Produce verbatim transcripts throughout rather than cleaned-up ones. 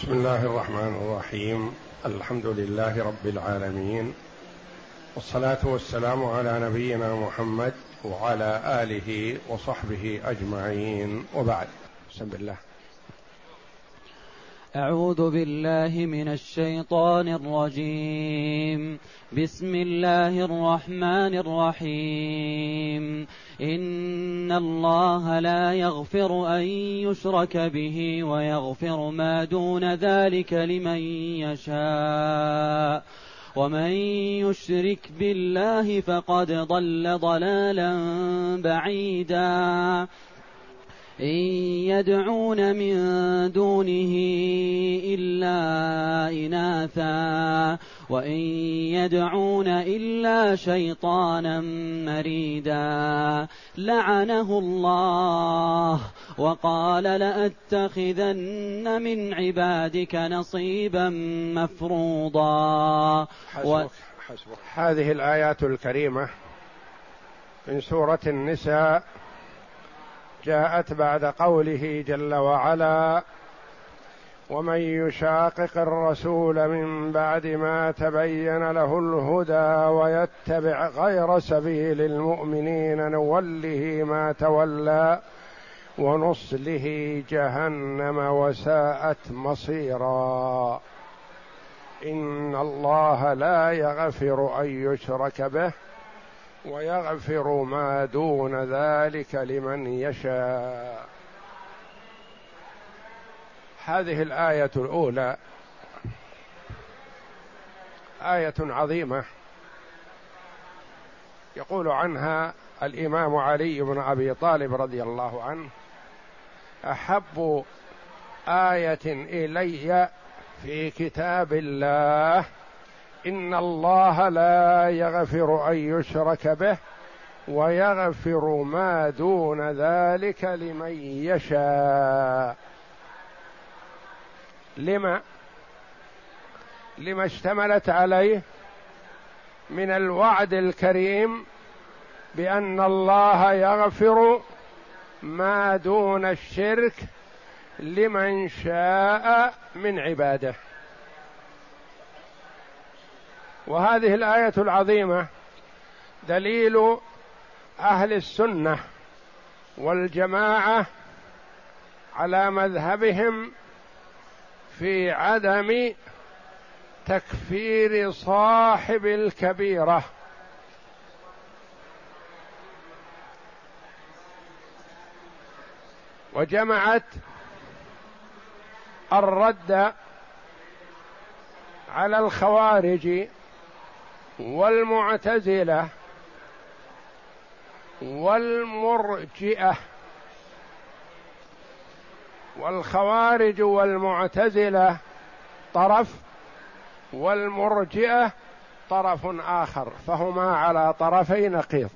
بسم الله الرحمن الرحيم. الحمد لله رب العالمين، والصلاة والسلام على نبينا محمد وعلى آله وصحبه أجمعين، وبعد. بسم الله. أعوذ بالله من الشيطان الرجيم. بسم الله الرحمن الرحيم. إن الله لا يغفر أن يشرك به ويغفر ما دون ذلك لمن يشاء، ومن يشرك بالله فقد ضل ضلالا بعيدا. إن يدعون من دونه إلا إناثا وإن يدعون إلا شيطانا مريدا، لعنه الله وقال لأتخذن من عبادك نصيبا مفروضا. حسبك حسبك. هذه الآيات الكريمة من سورة النساء جاءت بعد قوله جل وعلا: ومن يشاقق الرسول من بعد ما تبين له الهدى ويتبع غير سبيل المؤمنين نوله ما تولى ونصله جهنم وساءت مصيرا. إن الله لا يغفر أن يشرك به ويغفر ما دون ذلك لمن يشاء. هذه الآية الأولى آية عظيمة يقول عنها الإمام علي بن أبي طالب رضي الله عنه: أحب آية إلي في كتاب الله إن الله لا يغفر أن يشرك به ويغفر ما دون ذلك لمن يشاء. لما لما اشتملت عليه من الوعد الكريم بأن الله يغفر ما دون الشرك لمن شاء من عباده. وهذه الآية العظيمة دليل أهل السنة والجماعة على مذهبهم في عدم تكفير صاحب الكبيرة، وجمعت الرد على الخوارج والمعتزلة والمرجئة. والخوارج والمعتزلة طرف، والمرجئة طرف آخر، فهما على طرفي نقيض.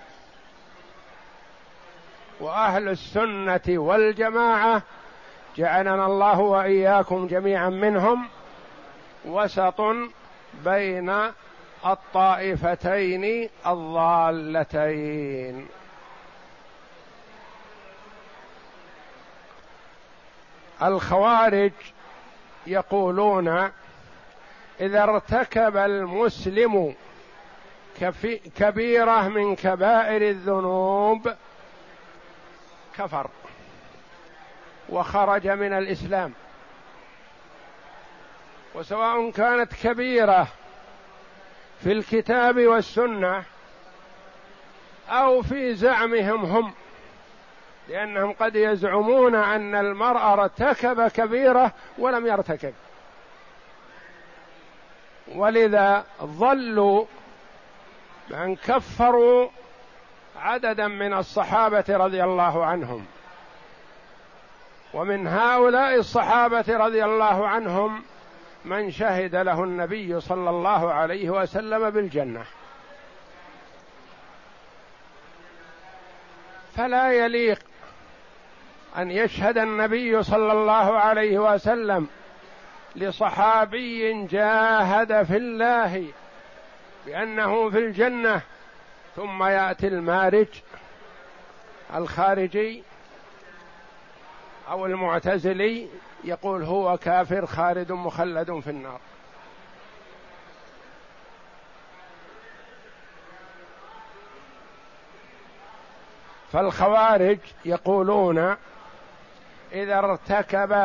وأهل السنة والجماعة جعلنا الله وإياكم جميعا منهم وسط بين الطائفتين الضالتين. الخوارج يقولون: إذا ارتكب المسلم كبيرة من كبائر الذنوب كفر وخرج من الإسلام، وسواء كانت كبيرة في الكتاب والسنة أو في زعمهم هم، لأنهم قد يزعمون أن المرء ارتكب كبيرة ولم يرتكب، ولذا ظلوا بأن كفروا عددا من الصحابة رضي الله عنهم. ومن هؤلاء الصحابة رضي الله عنهم من شهد له النبي صلى الله عليه وسلم بالجنة. فلا يليق أن يشهد النبي صلى الله عليه وسلم لصحابي جاهد في الله بأنه في الجنة ثم يأتي المارج الخارجي أو المعتزلي يقول هو كافر خالد مخلد في النار. فالخوارج يقولون إذا ارتكب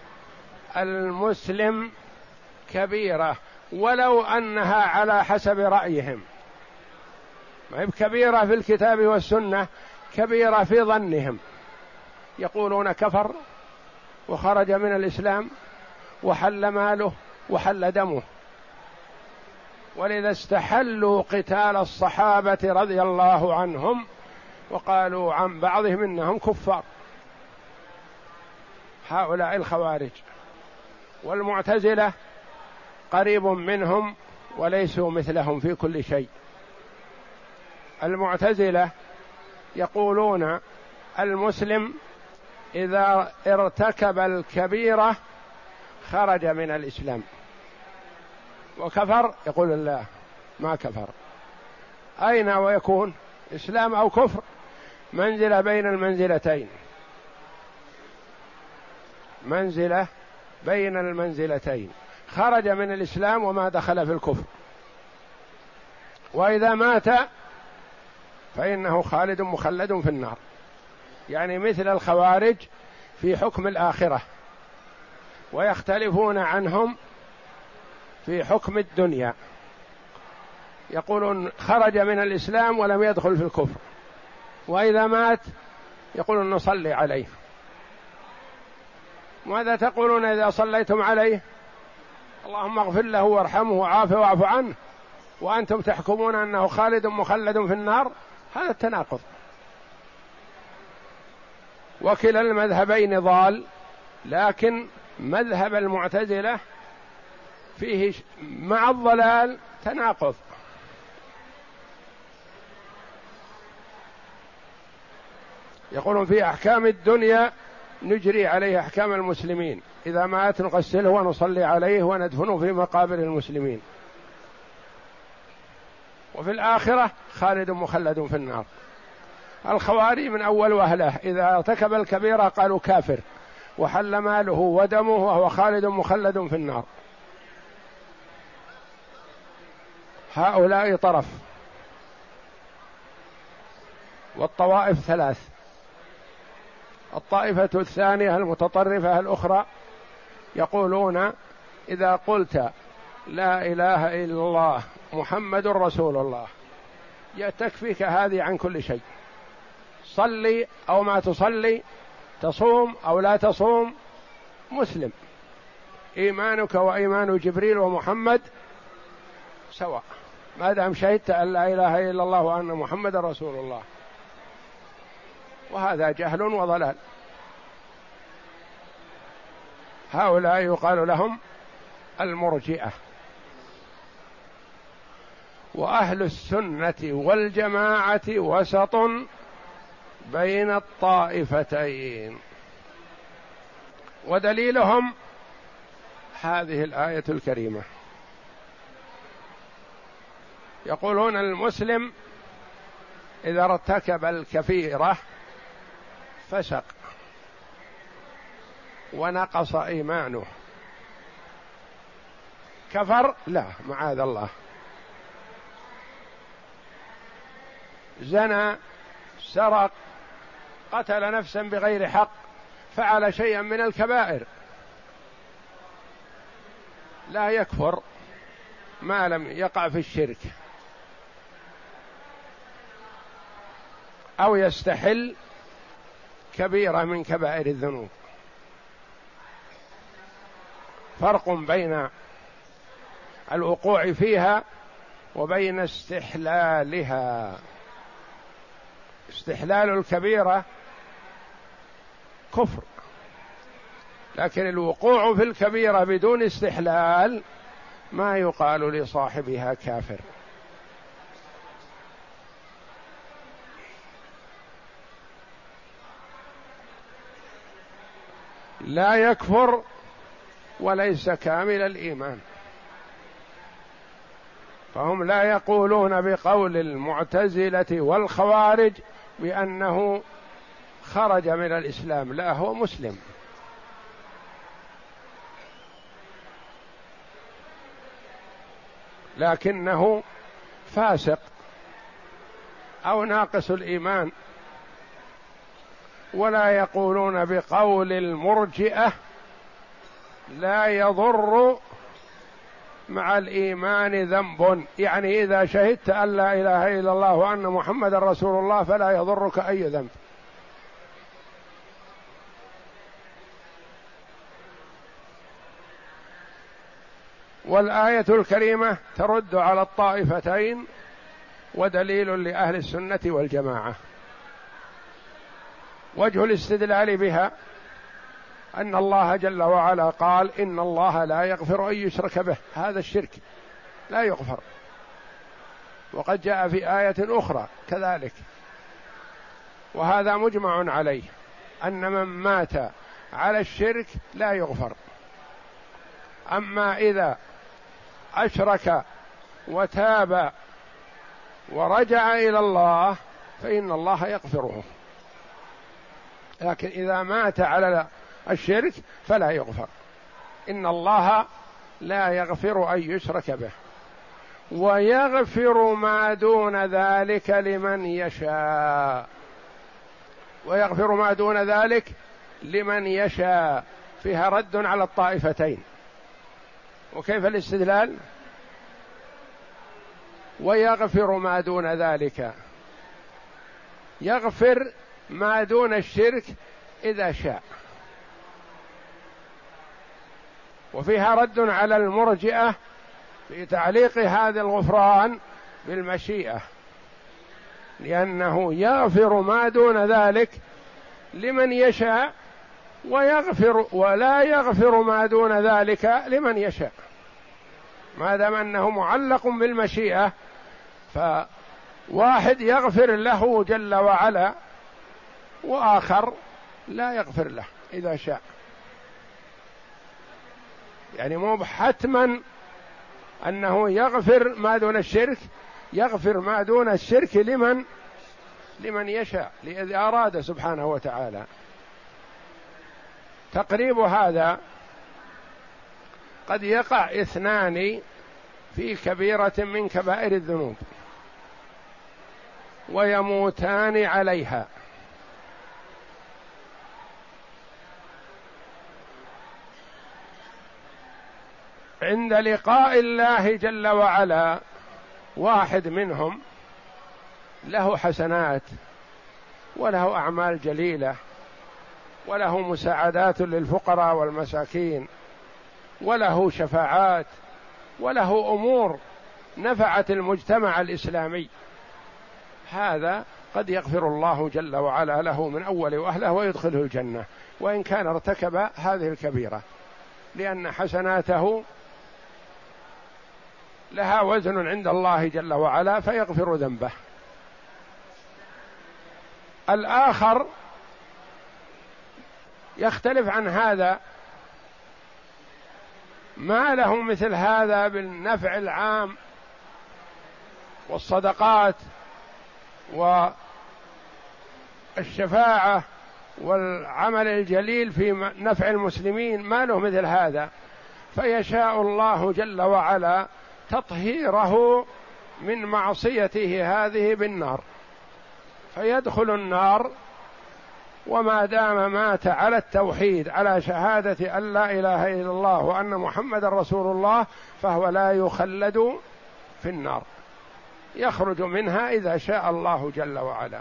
المسلم كبيرة ولو أنها على حسب رأيهم، ما هي كبيرة في الكتاب والسنة، كبيرة في ظنهم، يقولون كفر وخرج من الإسلام وحل ماله وحل دمه. ولذا استحلوا قتال الصحابة رضي الله عنهم وقالوا عن بعضهم إنهم كفار، هؤلاء الخوارج. والمعتزلة قريب منهم وليسوا مثلهم في كل شيء. المعتزلة يقولون المسلم إذا ارتكب الكبيرة خرج من الإسلام وكفر، يقول الله ما كفر. أين ويكون إسلام أو كفر؟ منزلة بين المنزلتين، منزلة بين المنزلتين، خرج من الإسلام وما دخل في الكفر. وإذا مات فإنه خالد مخلد في النار، يعني مثل الخوارج في حكم الآخرة، ويختلفون عنهم في حكم الدنيا. يقولون خرج من الإسلام ولم يدخل في الكفر، وإذا مات يقولون نصلي عليه. ماذا تقولون إذا صليتم عليه؟ اللهم اغفر له وارحمه وعافه واعف عنه، وأنتم تحكمون أنه خالد مخلد في النار. هذا التناقض. وكلا المذهبين ضال، لكن مذهب المعتزلة فيه مع الضلال تناقض. يقولون في أحكام الدنيا نجري عليه أحكام المسلمين، إذا مات نغسله ونصلي عليه وندفنه في مقابر المسلمين، وفي الآخرة خالد مخلد في النار. الخوارج من أول وهلة إذا ارتكب الكبيرة قالوا كافر وحل ماله ودمه وهو خالد مخلد في النار. هؤلاء طرف. والطوائف ثلاث. الطائفة الثانية المتطرفة الأخرى يقولون إذا قلت لا إله إلا الله محمد رسول الله تكفيك هذه عن كل شيء، صلي أو ما تصلي، تصوم أو لا تصوم، مسلم، إيمانك وإيمان جبريل ومحمد سواء ما دام شهدت أن لا إله إلا الله وأن محمد رسول الله. وهذا جهل وضلال. هؤلاء يقال لهم المرجئة. وأهل السنة والجماعة وسط بين الطائفتين، ودليلهم هذه الآية الكريمة. يقولون المسلم إذا ارتكب الكبيرة فسق ونقص إيمانه، كفر؟ لا، معاذ الله. زنى، سرق، قتل نفسا بغير حق، فعل شيئا من الكبائر، لا يكفر ما لم يقع في الشرك أو يستحل كبيرة من كبائر الذنوب. فرق بين الوقوع فيها وبين استحلالها. استحلال الكبيرة كفر، لكن الوقوع في الكبيرة بدون استحلال ما يقال لصاحبها كافر. لا يكفر وليس كامل الإيمان. فهم لا يقولون بقول المعتزلة والخوارج بأنه خرج من الإسلام، لا، هو مسلم لكنه فاسق أو ناقص الإيمان. ولا يقولون بقول المرجئة لا يضر مع الإيمان ذنب، يعني إذا شهدت أن لا إله إلا الله وأن محمد رسول الله فلا يضرك أي ذنب. والآية الكريمة ترد على الطائفتين ودليل لأهل السنة والجماعة. وجه الاستدلال بها أن الله جل وعلا قال إن الله لا يغفر أن يشرك به، هذا الشرك لا يغفر، وقد جاء في آية أخرى كذلك، وهذا مجمع عليه أن من مات على الشرك لا يغفر. أما إذا أشرك وتاب ورجع إلى الله فإن الله يغفره، لكن إذا مات على الشرك فلا يغفر. إن الله لا يغفر أن يشرك به ويغفر ما دون ذلك لمن يشاء. ويغفر ما دون ذلك لمن يشاء فيها رد على الطائفتين. وكيف الاستدلال؟ ويغفر ما دون ذلك، يغفر ما دون الشرك إذا شاء. وفيها رد على المرجئة في تعليق هذا الغفران بالمشيئة، لأنه يغفر ما دون ذلك لمن يشاء ويغفر ولا يغفر ما دون ذلك لمن يشاء. ما دام أنه معلق بالمشيئة فواحد يغفر له جل وعلا وآخر لا يغفر له إذا شاء. يعني مو حتما أنه يغفر ما دون الشرك، يغفر ما دون الشرك لمن لمن يشاء إذا أراد سبحانه وتعالى. تقريب هذا قد يقع اثنان في كبيرة من كبائر الذنوب ويموتان عليها، عند لقاء الله جل وعلا واحد منهم له حسنات وله أعمال جليلة وله مساعدات للفقراء والمساكين وله شفاعات وله أمور نفعت المجتمع الإسلامي، هذا قد يغفر الله جل وعلا له من أول وأهله ويدخله الجنة وإن كان ارتكب هذه الكبيرة، لأن حسناته لها وزن عند الله جل وعلا فيغفر ذنبه. الآخر يختلف عن هذا، ما له مثل هذا بالنفع العام والصدقات والشفاعة والعمل الجليل في نفع المسلمين، ما له مثل هذا، فيشاء الله جل وعلا تطهيره من معصيته هذه بالنار فيدخل النار، وما دام مات على التوحيد على شهادة أن لا إله إلا الله وأن محمد رسول الله فهو لا يخلد في النار، يخرج منها إذا شاء الله جل وعلا.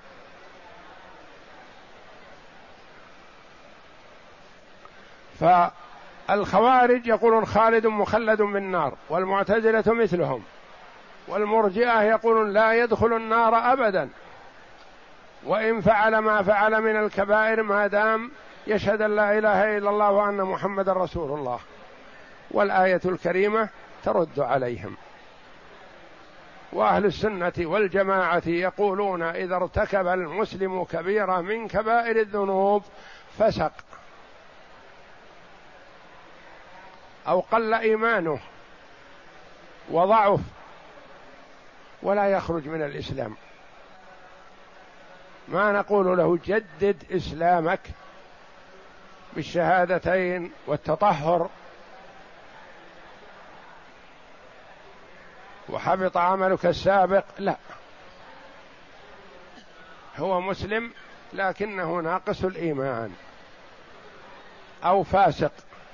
فالخوارج يقولون خالد مخلد من النار، والمعتزلة مثلهم، والمرجئة يقولون لا يدخل النار أبدا وإن فعل ما فعل من الكبائر ما دام يشهد أن لا إله إلا الله وأن محمد رسول الله. والآية الكريمة ترد عليهم. وأهل السنة والجماعة يقولون إذا ارتكب المسلم كبيرة من كبائر الذنوب فسق أو قل إيمانه وضعف ولا يخرج من الإسلام، ما نقول له جدد إسلامك بالشهادتين والتطهر، وحبط عملك السابق، لا، هو مسلم لكنه ناقص الإيمان أو فاسق.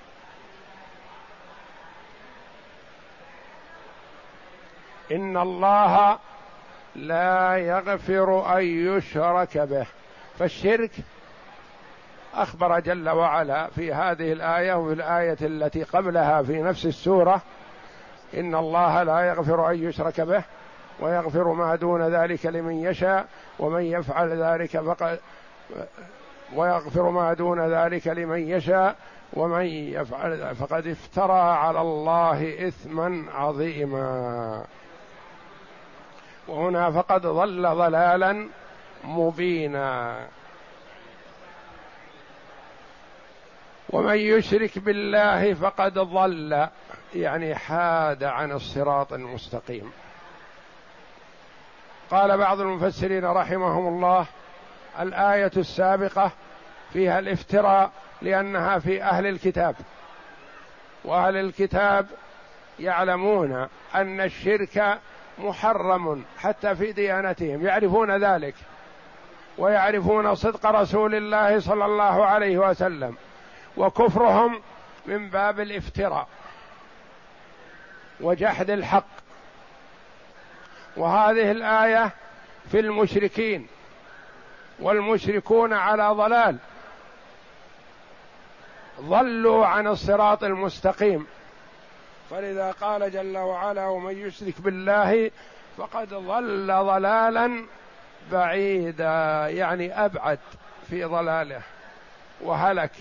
إن الله لا يغفر أن يشرك به، فالشرك أخبر جل وعلا في هذه الآية وفي الآية التي قبلها في نفس السورة: إن الله لا يغفر أن يشرك به ويغفر ما دون ذلك لمن يشاء ومن يفعل ذلك فقد ويغفر ما دون ذلك لمن يشاء ومن يفعل فقد افترى على الله إثما عظيما. وهنا فقد ضل ضلالا مبينا. ومن يشرك بالله فقد ضل، يعني حاد عن الصراط المستقيم. قال بعض المفسرين رحمهم الله: الآية السابقة فيها الافتراء لأنها في أهل الكتاب، وأهل الكتاب يعلمون أن الشرك محرم حتى في ديانتهم، يعرفون ذلك ويعرفون صدق رسول الله صلى الله عليه وسلم، وكفرهم من باب الافتراء وجحد الحق. وهذه الآية في المشركين، والمشركون على ضلال، ضلوا عن الصراط المستقيم، فلذا قال جل وعلا: ومن يشرك بالله فقد ضل ضلالا بعيدا، يعني أبعد في ضلاله وهلك.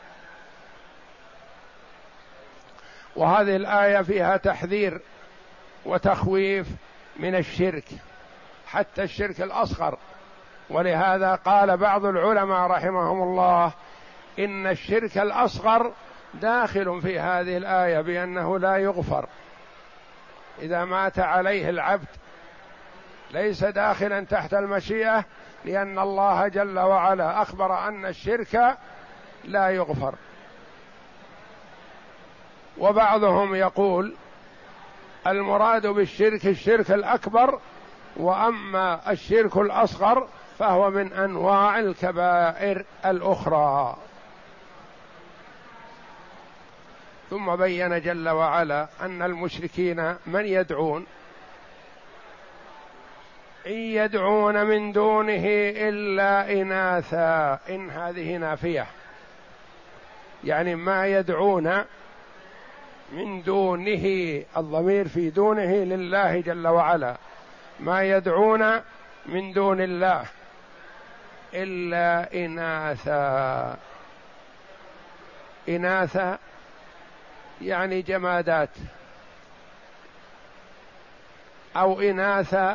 وهذه الآية فيها تحذير وتخويف من الشرك، حتى الشرك الأصغر. ولهذا قال بعض العلماء رحمهم الله: إن الشرك الأصغر داخل في هذه الآية، بأنه لا يغفر إذا مات عليه العبد، ليس داخلا تحت المشيئة، لأن الله جل وعلا أخبر أن الشرك لا يغفر. وبعضهم يقول: المراد بالشرك الشرك الأكبر، وأما الشرك الأصغر فهو من أنواع الكبائر الأخرى. ثم بين جل وعلا أن المشركين من يدعون؟ إن يدعون من دونه إلا إناثا، إن هذه نافية، يعني ما يدعون من دونه، الضمير في دونه لله جل وعلا، ما يدعون من دون الله إلا إناثا. إناثا يعني جمادات، أو إناثا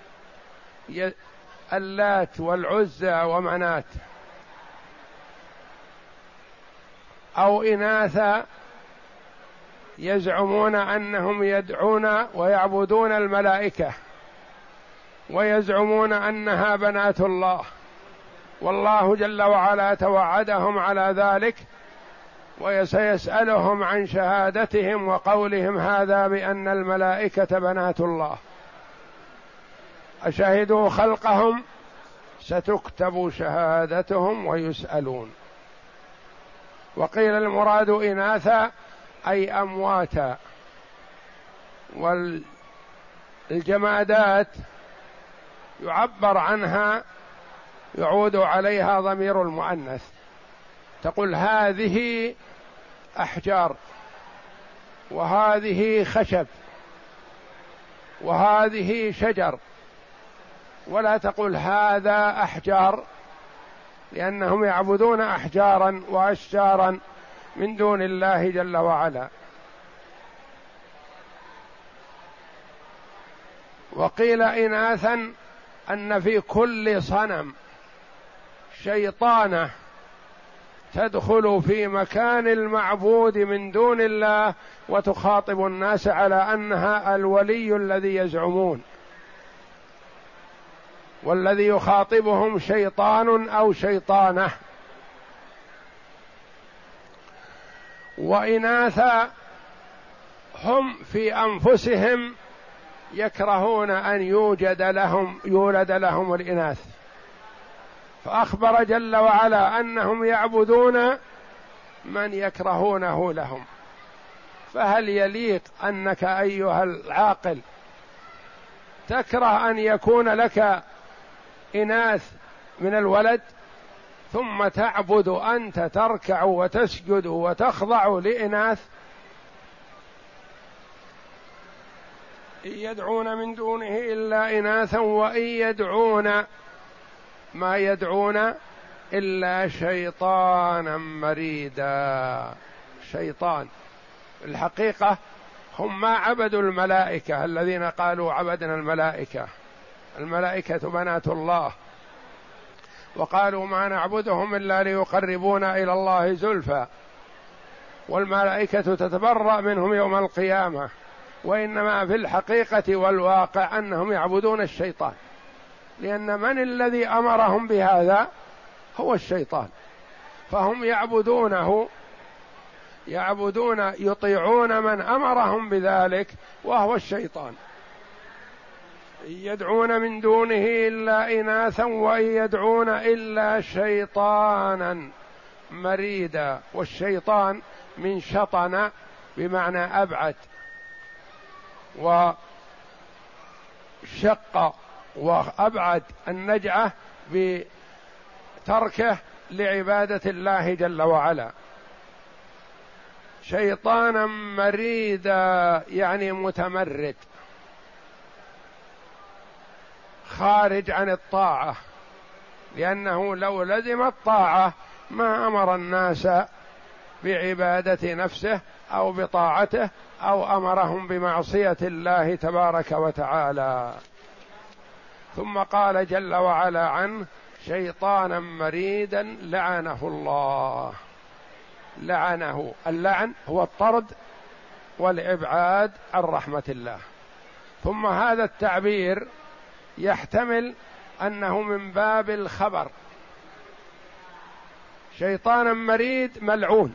اللات والعزى ومنات، أو إناثا يزعمون أنهم يدعون ويعبدون الملائكة ويزعمون أنها بنات الله، والله جل وعلا توعدهم على ذلك، وسيسألهم عن شهادتهم وقولهم هذا بأن الملائكة بنات الله. أشهدوا خلقهم؟ ستكتب شهادتهم ويسألون. وقيل المراد إناثا أي أمواتا، والجمادات يعبر عنها، يعود عليها ضمير المؤنث، تقول هذه أحجار، وهذه خشب، وهذه شجر، ولا تقول هذا أحجار، لأنهم يعبدون أحجارا وأشجارا من دون الله جل وعلا. وقيل إناثا أن في كل صنم شيطانة تدخل في مكان المعبود من دون الله وتخاطب الناس على أنها الولي الذي يزعمون، والذي يخاطبهم شيطان أو شيطانة. وإناثا هم في أنفسهم يكرهون أن يوجد لهم يولد لهم الإناث، فأخبر جل وعلا أنهم يعبدون من يكرهونه لهم. فهل يليق أنك أيها العاقل تكره أن يكون لك إناث من الولد ثم تعبد أنت، تركع وتسجد وتخضع لإناث؟ إن يدعون من دونه إلا إناثا وإن يدعون ما يدعون إلا شيطانا مريدا. شيطان الحقيقة هم ما عبدوا الملائكة الذين قالوا عبدنا الملائكة، الملائكة بنات الله، وقالوا ما نعبدهم إلا ليقربونا إلى الله زلفى، والملائكة تتبرأ منهم يوم القيامة، وإنما في الحقيقة والواقع أنهم يعبدون الشيطان، لأن من الذي أمرهم بهذا؟ هو الشيطان، فهم يعبدونه يعبدون يطيعون من أمرهم بذلك وهو الشيطان. يدعون من دونه إلا إناثا وإن يدعون إلا شيطانا مريدا. والشيطان من شطن بمعنى أبعد، وشق وأبعد النجعة بتركه لعبادة الله جل وعلا. شيطانا مريدا يعني متمرد، خارج عن الطاعة، لأنه لو لزم الطاعة ما أمر الناس بعبادة نفسه أو بطاعته أو أمرهم بمعصية الله تبارك وتعالى. ثم قال جل وعلا عنه شيطانا مريدا لعنه الله. لعنه، اللعن هو الطرد والإبعاد عن رحمة الله. ثم هذا التعبير يحتمل أنه من باب الخبر، شيطانا مريد ملعون،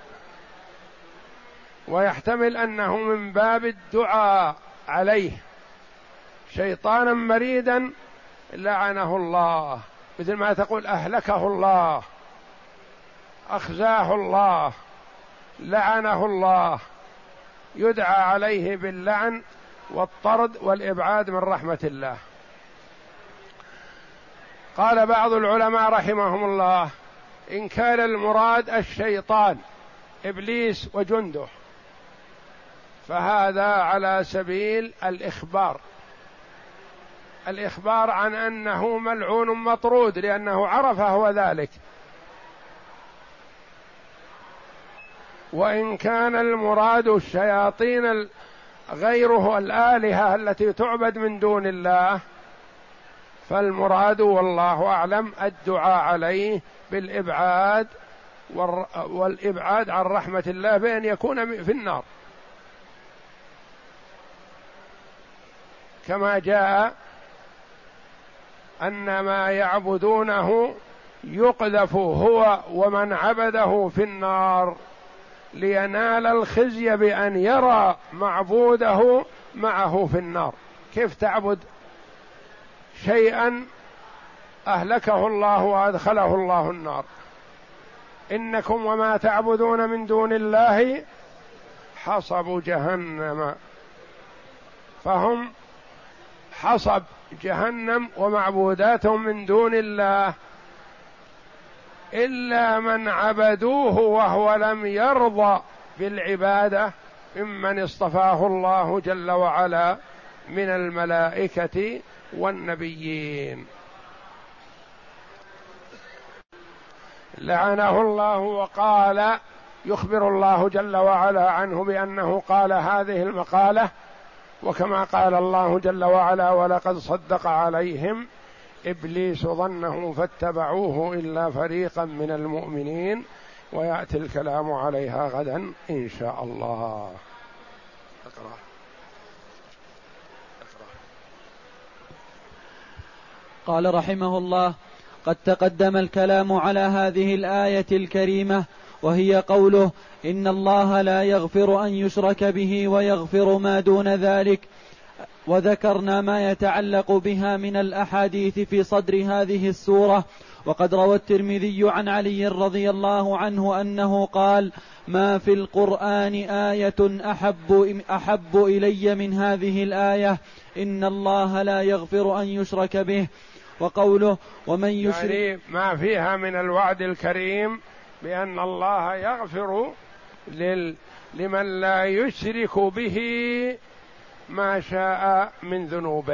ويحتمل أنه من باب الدعاء عليه، شيطانا مريدا لعنه الله، مثل ما تقول أهلكه الله، أخزاه الله، لعنه الله، يدعى عليه باللعن والطرد والإبعاد من رحمة الله. قال بعض العلماء رحمهم الله إن كان المراد الشيطان إبليس وجنده فهذا على سبيل الإخبار، الإخبار عن أنه ملعون مطرود لأنه عرف هو ذلك. وإن كان المراد الشياطين غيره الآلهة التي تعبد من دون الله فالمراد والله أعلم الدعاء عليه بالإبعاد والإبعاد عن رحمة الله بأن يكون في النار، كما جاء أن ما يعبدونه يقذف هو ومن عبده في النار لينال الخزي بأن يرى معبوده معه في النار. كيف تعبد شيئا أهلكه الله وأدخله الله النار؟ إنكم وما تعبدون من دون الله حصب جهنم، فهم حصب جهنم ومعبوداتهم من دون الله، إلا من عبدوه وهو لم يرضى بالعبادة ممن اصطفاه الله جل وعلا من الملائكة والنبيين. لعنه الله. وقال يخبر الله جل وعلا عنه بأنه قال هذه المقالة، وكما قال الله جل وعلا ولقد صدق عليهم إبليس ظنه فاتبعوه إلا فريقا من المؤمنين، ويأتي الكلام عليها غدا إن شاء الله. اقرأ. قال رحمه الله قد تقدم الكلام على هذه الآية الكريمة، وهي قوله إن الله لا يغفر أن يشرك به ويغفر ما دون ذلك، وذكرنا ما يتعلق بها من الأحاديث في صدر هذه السورة. وقد روى الترمذي عن علي رضي الله عنه أنه قال: ما في القرآن آية أحب, أحب إلي من هذه الآية: إن الله لا يغفر أن يشرك به. وقوله: ومن يشرك، يعني ما فيها من الوعد الكريم بأن الله يغفر لل... لمن لا يشرك به ما شاء من ذنوبه.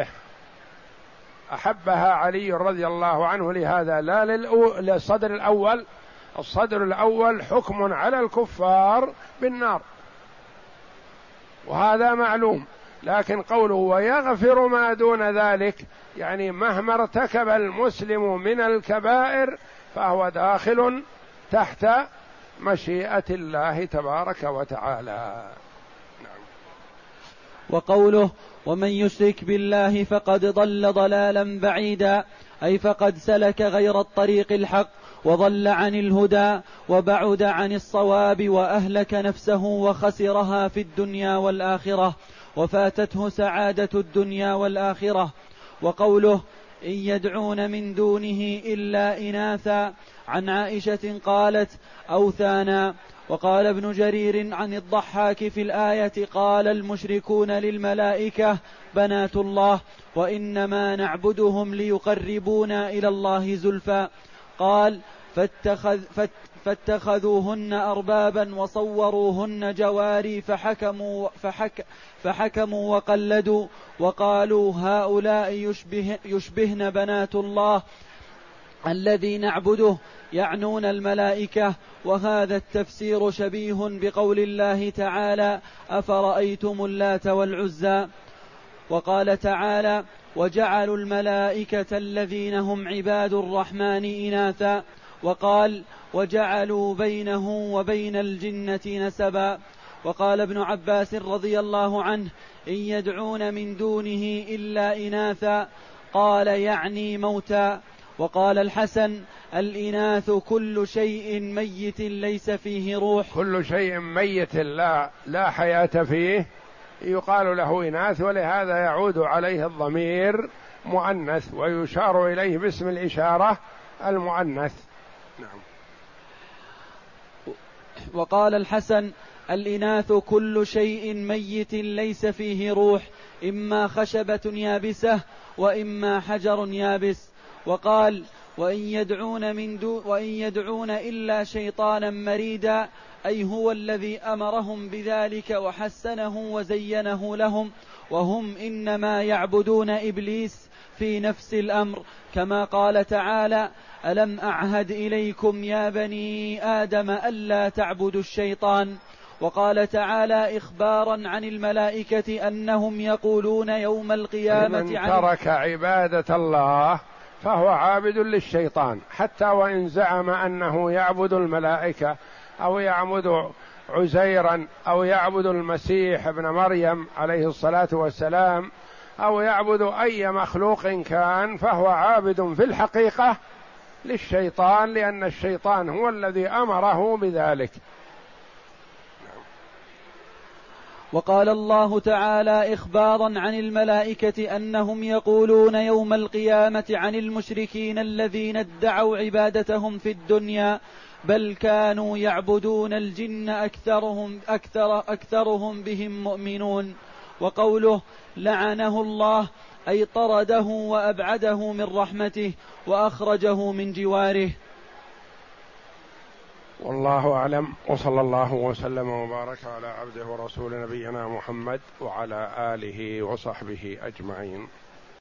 أحبها علي رضي الله عنه لهذا، لا للأو... للصدر الأول. الصدر الأول حكم على الكفار بالنار وهذا معلوم، لكن قوله ويغفر ما دون ذلك يعني مهما ارتكب المسلم من الكبائر فهو داخل تحت مشيئة الله تبارك وتعالى. نعم. وقوله: ومن يشرك بالله فقد ضل ضلالا بعيدا، أي فقد سلك غير الطريق الحق وضل عن الهدى وبعد عن الصواب وأهلك نفسه وخسرها في الدنيا والآخرة وفاتته سعادة الدنيا والآخرة. وقوله: إن يدعون من دونه إلا إناثا، عن عائشة قالت: أوثانا. وقال ابن جرير عن الضحاك في الآية: قال المشركون للملائكة بنات الله وإنما نعبدهم ليقربونا إلى الله زلفى. قال: فاتخذ فت فاتخذوهن أربابا وصوروهن جواري فحكموا, فحك فحكموا وقلدوا وقالوا هؤلاء يشبه يشبهن بنات الله الذي نعبده، يعنون الملائكة. وهذا التفسير شبيه بقول الله تعالى: أفرأيتم اللات والعزى. وقال تعالى: وجعلوا الملائكة الذين هم عباد الرحمن إناثا. وقال: وجعلوا بينه وبين الجنة نسبا. وقال ابن عباس رضي الله عنه: إن يدعون من دونه إلا إناثا، قال يعني موتى. وقال الحسن: الإناث كل شيء ميت ليس فيه روح. كل شيء ميت لا, لا حياة فيه يقال له إناث، ولهذا يعود عليه الضمير مؤنث ويشار إليه باسم الإشارة المؤنث. نعم. وقال الحسن: الإناث كل شيء ميت ليس فيه روح، إما خشبة يابسة وإما حجر يابس. وقال: وإن يدعون, من دو وإن يدعون إلا شيطانا مريدا، أي هو الذي أمرهم بذلك وحسنه وزينه لهم، وهم إنما يعبدون إبليس في نفس الأمر، كما قال تعالى: ألم أعهد إليكم يا بني آدم ألا تعبدوا الشيطان. وقال تعالى إخبارا عن الملائكة أنهم يقولون يوم القيامة: من ترك عبادة الله فهو عابد للشيطان، حتى وإن زعم أنه يعبد الملائكة أو يعبد عزيرا أو يعبد المسيح ابن مريم عليه الصلاة والسلام أو يعبد أي مخلوق كان، فهو عابد في الحقيقة للشيطان، لأن الشيطان هو الذي أمره بذلك. وقال الله تعالى إخبارا عن الملائكة أنهم يقولون يوم القيامة عن المشركين الذين ادعوا عبادتهم في الدنيا: بل كانوا يعبدون الجن أكثرهم, أكثر أكثرهم بهم مؤمنون. وقوله لعنه الله، أي طرده وأبعده من رحمته وأخرجه من جواره. والله أعلم، وصلى الله وسلم وبارك على عبده ورسول نبينا محمد وعلى آله وصحبه أجمعين.